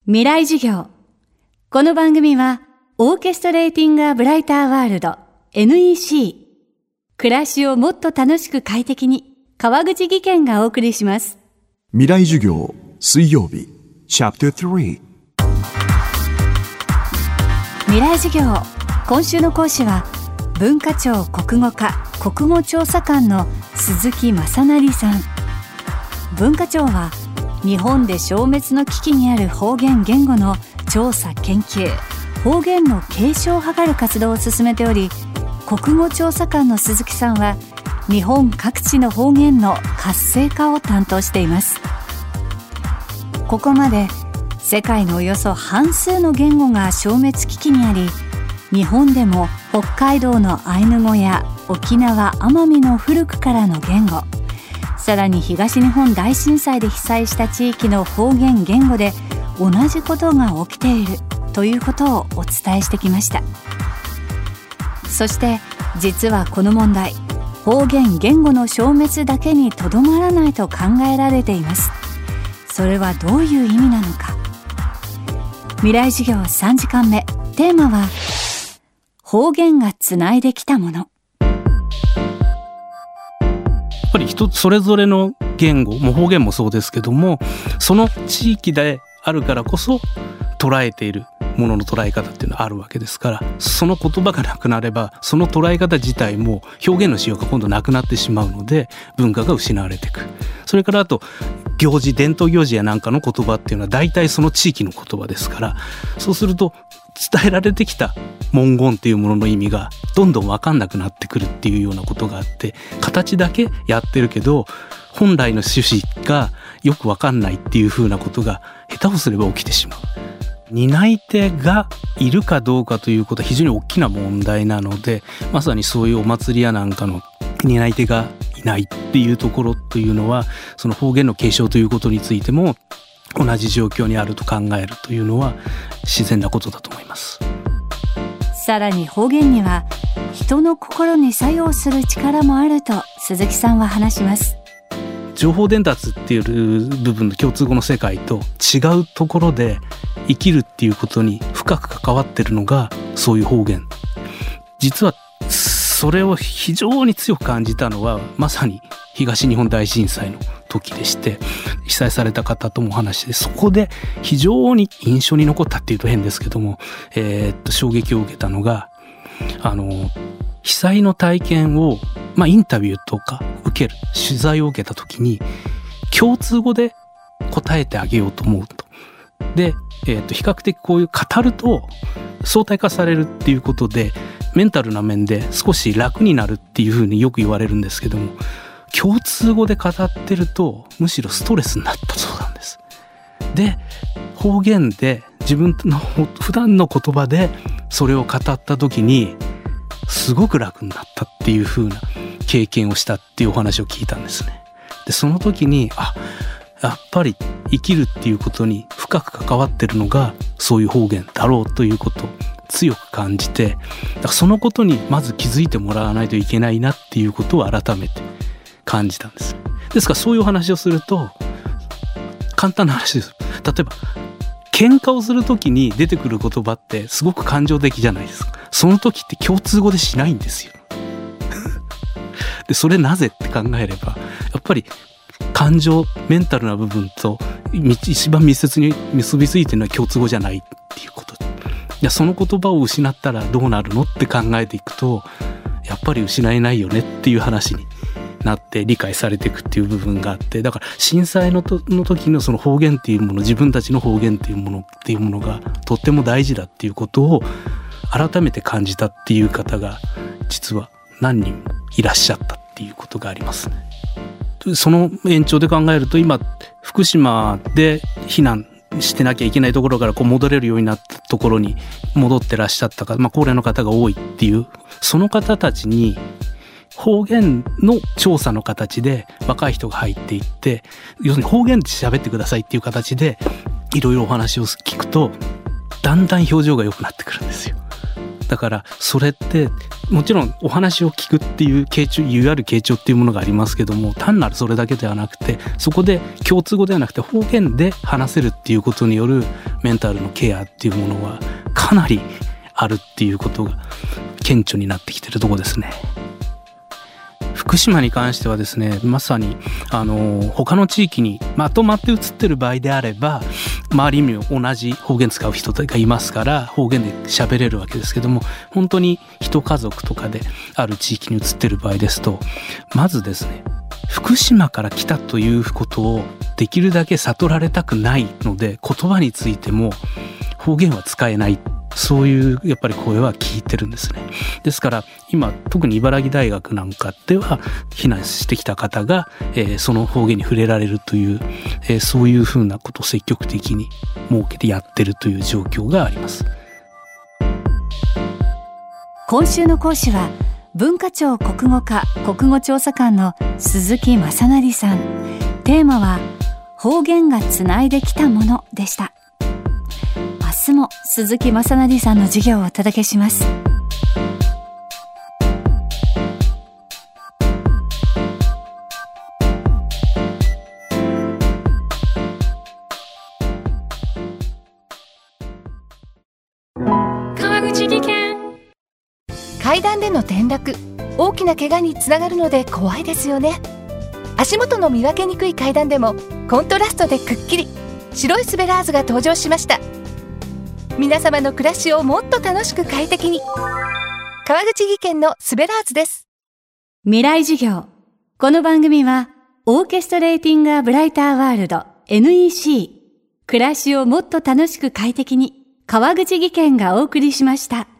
未来授業。この番組はオーケストレーティングアブライターワールド NEC 暮らしをもっと楽しく快適に川口義賢がお送りします。 未来授業水曜日チャプター3 未来授業。今週の講師は文化庁国語課国語調査官の鈴木正成さん。文化庁は日本で消滅の危機にある方言言語の調査研究、方言の継承を図る活動を進めており、国語調査官の鈴木さんは日本各地の方言の活性化を担当しています。ここまで世界のおよそ半数の言語が消滅危機にあり、日本でも北海道のアイヌ語や沖縄・奄美の古くからの言語、さらに東日本大震災で被災した地域の方言言語で同じことが起きているということをお伝えしてきました。そして実はこの問題、方言言語の消滅だけにとどまらないと考えられています。それはどういう意味なのか。未来授業3時間目、テーマは方言がつないできたもの。 やっぱり人それぞれの言語、もう方言もそうですけども、その地域であるからこそ捉えているものの捉え方っていうのはあるわけですから、その言葉がなくなればその捉え方自体も表現のしようが今度なくなってしまうので、文化が失われていく。それからあと行事、伝統行事やなんかの言葉っていうのは大体その地域の言葉ですから、そうすると伝えられてきた文言っていうものの意味がどんどん分かんなくなってくるっていうようなことがあって、形だけやってるけど本来の趣旨がよく分かんないっていうふうなことが下手をすれば起きてしまう。担い手がいるかどうかということは非常に大きな問題なので、まさにそういうお祭りやなんかの担い手がいないっていうところというのは、その方言の継承ということについても同じ状況にあると考えるというのは自然なことだと思います。 さらに方言には人の心に作用する力もあると鈴木さんは話します。 情報伝達っていう部分の共通語の世界と違うところで生きるっていうことに深く関わってるのがそういう方言。実はそれを非常に強く感じたのはまさに東日本大震災の時でして、被災された方ともお話して、そこで非常に印象に残ったっていうと変ですけども、衝撃を受けたのが被災の体験を、インタビューとか受ける取材を受けた時に共通語で答えてあげようと思うと。で、比較的こういう語ると相対化されるっていうことでメンタルな面で少し楽になるっていうふうによく言われるんですけども、共通語で語ってるとむしろストレスになったそうなんです。で、方言で自分の普段の言葉でそれを語った時にすごく楽になったっていう風な経験をしたっていうお話を聞いたんですね。で、その時にやっぱり生きるっていうことに深く関わってるのがそういう方言だろうということを強く感じて、だからそのことにまず気づいてもらわないといけないなっていうことを改めて感じたんです。ですからそういうお話をすると簡単な話です。例えば喧嘩をするときに出てくる言葉ってすごく感情的じゃないですか。その時って共通語でしないんですよ。で、それなぜって考えれば、やっぱり感情、メンタルな部分と一番密接に結びついてるのは共通語じゃないっていうこと。その言葉を失ったらどうなるのって考えていくと、やっぱり失えないよねっていう話になって理解されていくっていう部分があって、だから震災の時のその方言っていうもの、自分たちの方言っていうものがとっても大事だっていうことを改めて感じたっていう方が実は何人もいらっしゃったっていうことがありますね。その延長で考えると、今福島で避難してなきゃいけないところから戻れるようになったところに戻ってらっしゃった方、高齢の方が多いっていう、その方たちに方言の調査の形で若い人が入っていって、要するに方言で喋ってくださいっていう形でいろいろお話を聞くと、だんだん表情が良くなってくるんですよ。 だからそれってもちろんお話を聞くっていう傾聴、いわゆる傾聴っていうものがありますけども、単なるそれだけではなくて、そこで共通語ではなくて方言で話せるっていうことによるメンタルのケアっていうものはかなりあるっていうことが顕著になってきてるところですね。福島に関してはですね、まさに他の地域にまとまって移ってる場合であれば、周りにも同じ方言使う人がいますから方言で喋れるわけですけども、本当に一家族とかである地域に移ってる場合ですと、まずですね、福島から来たということをできるだけ悟られたくないので、言葉についても方言は使えない、そういうやっぱり声は聞いてるんですね。ですから今特に茨城大学なんかでは避難してきた方が、その方言に触れられるという、そういうふうなことを積極的に設けてやってるという状況があります。 今週の講師は文化庁国語課国語調査官の鈴木正成さん。テーマは方言がつないできたものでした。明日も鈴木正成さんの授業をお届けします。 川口技研。階段での転落、大きな怪我につながるので怖いですよね。足元の見分けにくい階段でもコントラストでくっきり白いスベラーズが登場しました。皆様の暮らしをもっと楽しく快適に、川口技研のスベラーズです。 未来授業。この番組はオーケストレーティングアブライターワールド NEC 暮らしをもっと楽しく快適に、川口技研がお送りしました。